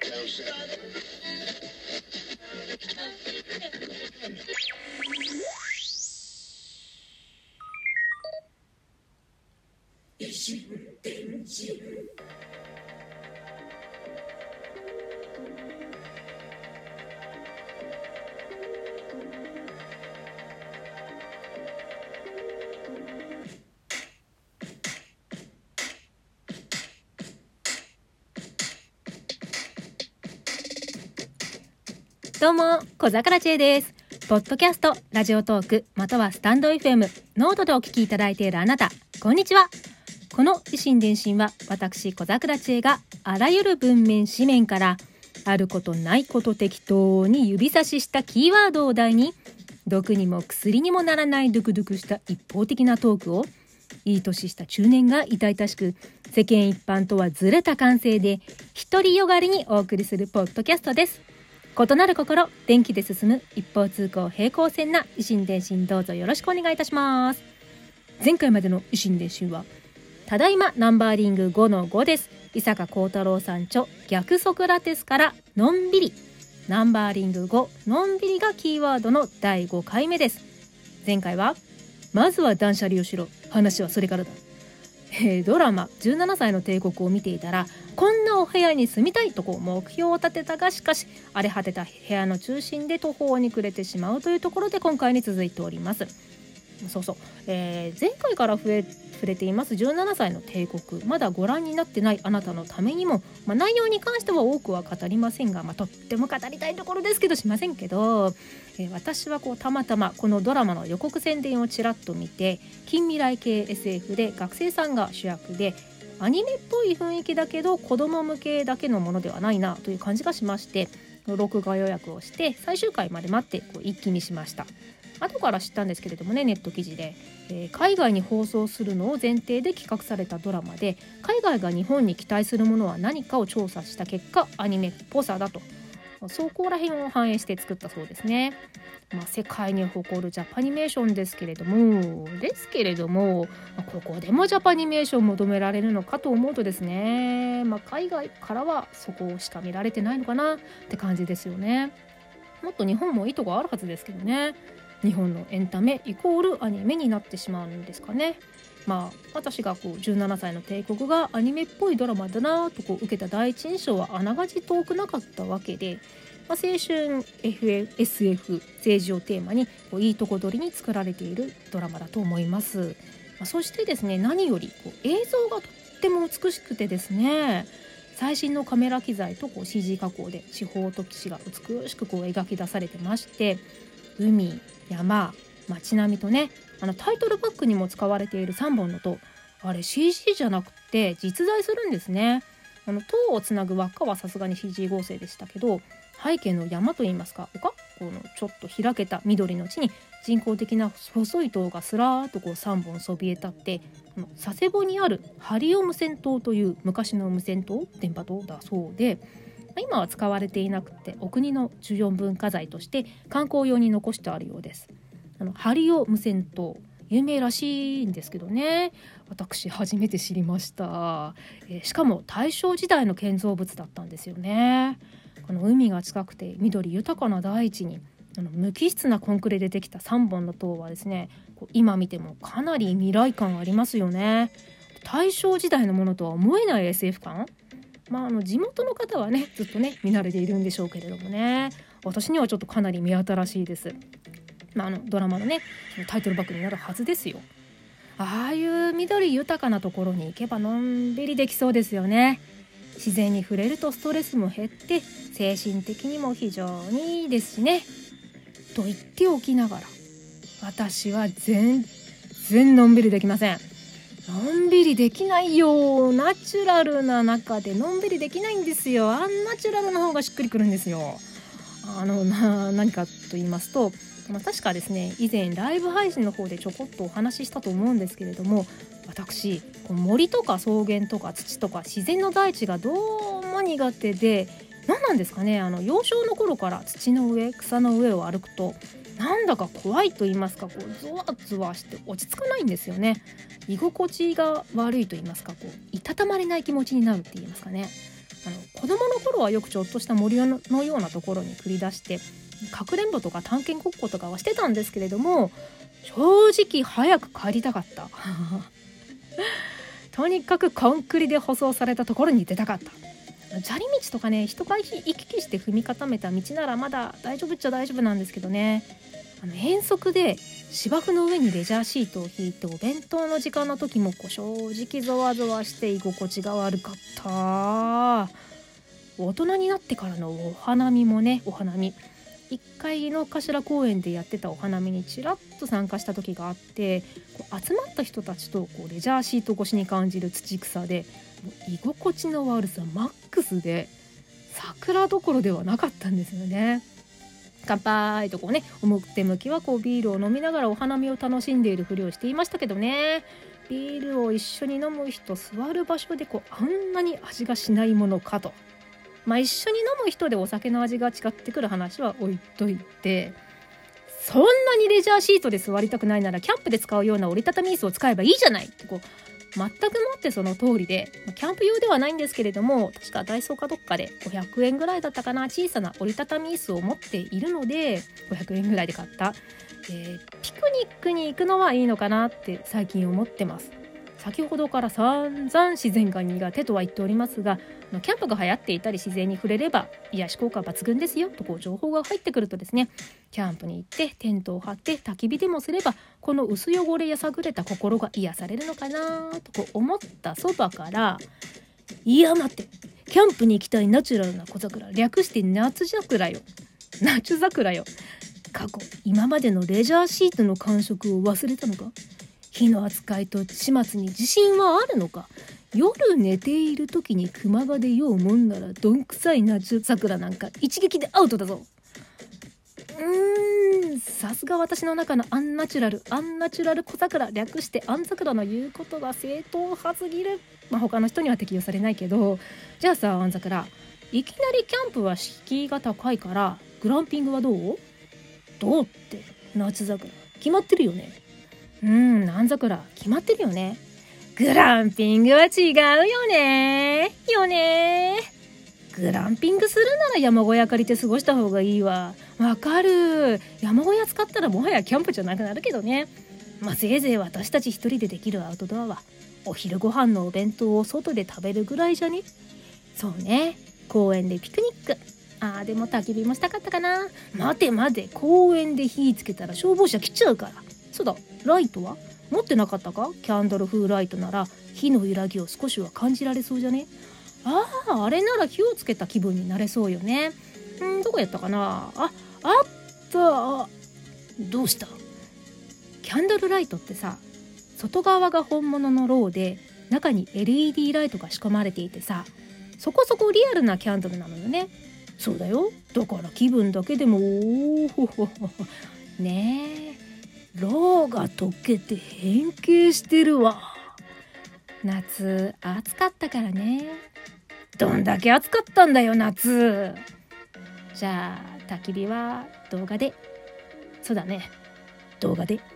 どうも、小桜知恵です。ポッドキャスト、ラジオトーク、またはスタンド FM、ノートでお聞きいただいているあなた、こんにちは。この以心伝心は、私小桜知恵があらゆる文面紙面からあることないこと適当に指差ししたキーワードを題に、毒にも薬にもならないドゥクドゥクした一方的なトークをいい年した中年が痛々しく世間一般とはずれた感性で独りよがりにお送りするポッドキャストです。異なる心、電気で進む一方通行平行線な以心伝心、どうぞよろしくお願いいたします。前回までの以心伝心はただいまナンバーリング 5-5 です。伊坂幸太郎さん著逆ソクラテスからのんびり、ナンバーリング5、のんびりがキーワードの第5回目です。前回はまずは断捨離をしろ、話はそれからだ。ドラマ17歳の帝国を見ていたら、こんなお部屋に住みたいと目標を立てたが、しかし荒れ果てた部屋の中心で途方に暮れてしまうというところで今回に続いております。前回から触れています17歳の帝国、まだご覧になってないあなたのためにも、内容に関しては多くは語りませんが、とっても語りたいところですけどしませんけど、私はたまたまこのドラマの予告宣伝をちらっと見て、近未来系 SF で学生さんが主役でアニメっぽい雰囲気だけど子供向けだけのものではないなという感じがしまして、録画予約をして最終回まで待って一気見しました。後から知ったんですけれどもね、ネット記事で、海外に放送するのを前提で企画されたドラマで、海外が日本に期待するものは何かを調査した結果、アニメっぽさだと、そこら辺を反映して作ったそうですね。世界に誇るジャパニメーションですけれども、ここでもジャパニメーション求められるのかと思うとですね、海外からはそこしか見られてないのかなって感じですよね。もっと日本もいいとこあるはずですけどね。日本のエンタメイコールアニメになってしまうんですかね。私が17歳の帝国がアニメっぽいドラマだなと受けた第一印象はあながち遠くなかったわけで、青春 SF 政治をテーマにいいとこ取りに作られているドラマだと思います。そしてですね、何より映像がとっても美しくてですね、最新のカメラ機材とCG 加工で地方都市が美しく描き出されてまして、海、山、街並みとね、タイトルバックにも使われている3本の塔、あれ CG じゃなくて実在するんですね。塔をつなぐ輪っかはさすがに CG 合成でしたけど、背景の山といいますか丘、ちょっと開けた緑の地に人工的な細い塔がすらーっと3本そびえ立って、佐世保にあるハリオ無線塔という昔の無線塔、電波塔だそうで、今は使われていなくてお国の重要文化財として観光用に残してあるようです。ハリオ無線塔、有名らしいんですけどね、私初めて知りました。しかも大正時代の建造物だったんですよね。この海が近くて緑豊かな大地に無機質なコンクリでできた3本の塔はですね、今見てもかなり未来感ありますよね。大正時代のものとは思えない SF 感。地元の方はねずっとね見慣れているんでしょうけれどもね、私にはちょっとかなり目新しいです。ドラマのねタイトルバックになるはずですよ。ああいう緑豊かなところに行けばのんびりできそうですよね。自然に触れるとストレスも減って精神的にも非常にいいですしね。と言っておきながら、私は全然のんびりできません。のんびりできないよ。ナチュラルな中でのんびりできないんですよ。アンナチュラルの方がしっくりくるんですよ。何かと言いますと、確かですね、以前ライブ配信の方でちょこっとお話ししたと思うんですけれども、私森とか草原とか土とか自然の大地がどうも苦手で、何なんですかね、幼少の頃から土の上、草の上を歩くとなんだか怖いと言いますか、ゾワゾワして落ち着かないんですよね。居心地が悪いと言いますか、いたたまれない気持ちになるって言いますかね。 子供の頃はよくちょっとした森のようなところに繰り出してかくれんぼとか探検ごっことかはしてたんですけれども、正直早く帰りたかったとにかくコンクリで舗装されたところに出たかった。砂利道とかね、人が行き来して踏み固めた道ならまだ大丈夫っちゃ大丈夫なんですけどね、遠足で芝生の上にレジャーシートを引いてお弁当の時間の時も正直ゾワゾワして居心地が悪かった。大人になってからのお花見もね、1階の頭公園でやってたお花見にちらっと参加した時があって、集まった人たちとレジャーシート越しに感じる土草で居心地の悪さマックスで、桜どころではなかったんですよね。乾杯と表向きはビールを飲みながらお花見を楽しんでいるふりをしていましたけどね、ビールを一緒に飲む人、座る場所であんなに味がしないものかと。一緒に飲む人でお酒の味が違ってくる話は置いといて、そんなにレジャーシートで座りたくないならキャンプで使うような折りたたみ椅子を使えばいいじゃないって全くもってその通りで、キャンプ用ではないんですけれども、確かダイソーかどっかで500円ぐらいだったかな、小さな折りたたみ椅子を持っているので500円ぐらいで買った、ピクニックに行くのはいいのかなって最近思ってます。先ほどから散々自然が苦手とは言っておりますが、キャンプが流行っていたり自然に触れれば癒し効果抜群ですよと情報が入ってくるとですね、キャンプに行ってテントを張って焚き火でもすればこの薄汚れやさぐれた心が癒されるのかなと思ったそばから、いや待って、キャンプに行きたいナチュラルな小桜、略して夏桜よ。過去今までのレジャーシートの感触を忘れたのか。火の扱いと始末に自信はあるのか。夜寝ている時に熊が出ようもんならどんくさい夏桜なんか一撃でアウトだぞ。さすが私の中のアンナチュラル小桜、略してアン桜の言うことが正統派すぎる。他の人には適用されないけど、じゃあさ、アン桜、いきなりキャンプは敷居が高いからグランピングはどうって夏桜決まってるよね。アン桜決まってるよね。グランピングは違うよね。グランピングするなら山小屋借りて過ごした方がいいわ。わかる。山小屋使ったらもはやキャンプじゃなくなるけどね。せいぜい私たち一人でできるアウトドアはお昼ご飯のお弁当を外で食べるぐらいじゃね。そうね、公園でピクニック。でも焚き火もしたかったかな。待て、公園で火つけたら消防車来ちゃうから。そうだ、ライトは持ってなかったか。キャンドル風ライトなら火の揺らぎを少しは感じられそうじゃね。あれなら火をつけた気分になれそうよね。どこやったかな。あった。どうした。キャンドルライトってさ、外側が本物のろうで中に LED ライトが仕込まれていてさ、そこそこリアルなキャンドルなのよね。そうだよ。だから気分だけでもねえ、ろうが溶けて変形してるわ。夏暑かったからね。どんだけ暑かったんだよ夏。じゃあ焚き火は動画で。そうだね、動画で。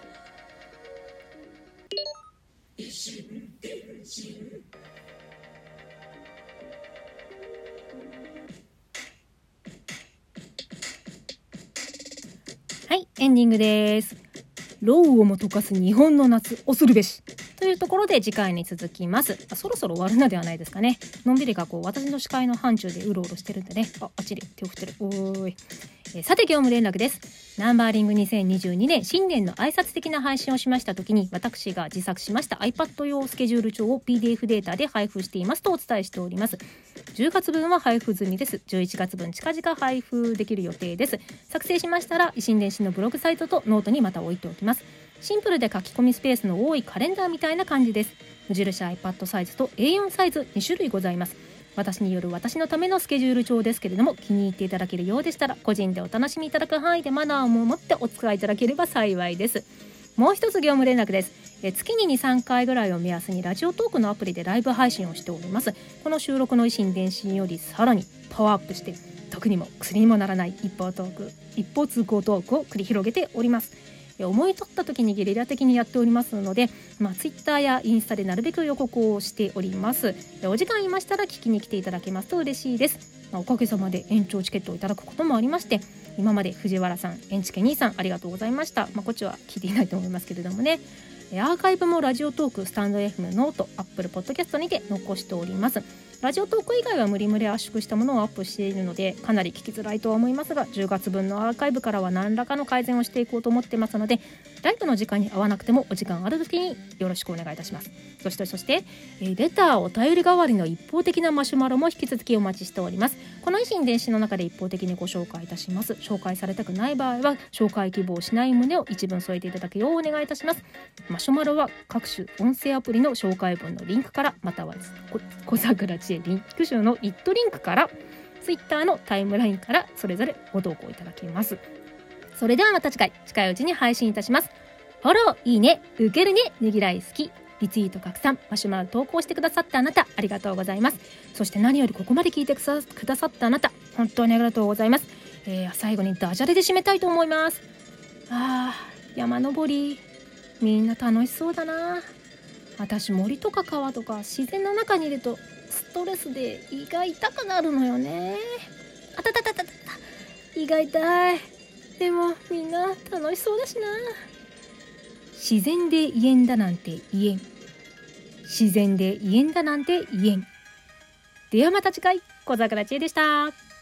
はい、エンディングです。ろうをも溶かす日本の夏、恐るべしというところで次回に続きます。そろそろ終わるのではないですかね。のんびりが私の視界の範疇でうろうろしてるんでね。あっちで手を振ってる。おーい。さて業務連絡です。ナンバーリング2022年新年の挨拶的な配信をしました時に、私が自作しました iPad 用スケジュール帳を PDF データで配布していますとお伝えしております。10月分は配布済みです。11月分近々配布できる予定です。作成しましたら維新電子のブログサイトとノートにまた置いておきます。シンプルで書き込みスペースの多いカレンダーみたいな感じです。無印 iPad サイズと A4 サイズ2種類ございます。私による私のためのスケジュール帳ですけれども、気に入っていただけるようでしたら個人でお楽しみいただく範囲でマナーを持ってお使いいただければ幸いです。もう一つ業務連絡です。月に 2,3 回ぐらいを目安にラジオトークのアプリでライブ配信をしております。この収録の維新伝心よりさらにパワーアップして、特にも薬にもならない一方通行トークを繰り広げております。 思い立った時にゲリラ的にやっておりますので、ツイッターやインスタでなるべく予告をしております。お時間ありましたら聞きに来ていただけますと嬉しいです。おかげさまで延長チケットをいただくこともありまして、今まで藤原さん、エンチケ兄さんありがとうございました。こっちは聞いていないと思いますけれどもね。アーカイブもラジオトーク、スタンド FM、ノート、アップルポッドキャストにて残しております。ラジオトーク以外は無理圧縮したものをアップしているのでかなり聞きづらいとは思いますが、10月分のアーカイブからは何らかの改善をしていこうと思ってますので、ライブの時間に合わなくてもお時間ある時によろしくお願いいたします。そしてレターお便り代わりの一方的なマシュマロも引き続きお待ちしております。この維新伝心の中で一方的にご紹介いたします。紹介されたくない場合は紹介希望しない旨を一文添えていただくようお願いいたします。マシュマロは各種音声アプリの紹介文のリンクから、または小桜知恵リンク集のリットリンクから、ツイッターのタイムラインからそれぞれご投稿いただけます。それではまた近いうちに配信いたします。フォロー、いいね、受けるね、ねぎらい好き、リツイート拡散、マシュマロ投稿してくださったあなたありがとうございます。そして何よりここまで聞いてくださったあなた本当にありがとうございます。最後にダジャレで締めたいと思います。山登りみんな楽しそうだな。私森とか川とか自然の中にいるとストレスで胃が痛くなるのよね。胃が痛い。でもみんな楽しそうだしな。自然で言えんだなんて言えん。自然で言えんだなんて言えん。ではまた次回、小桜知恵でした。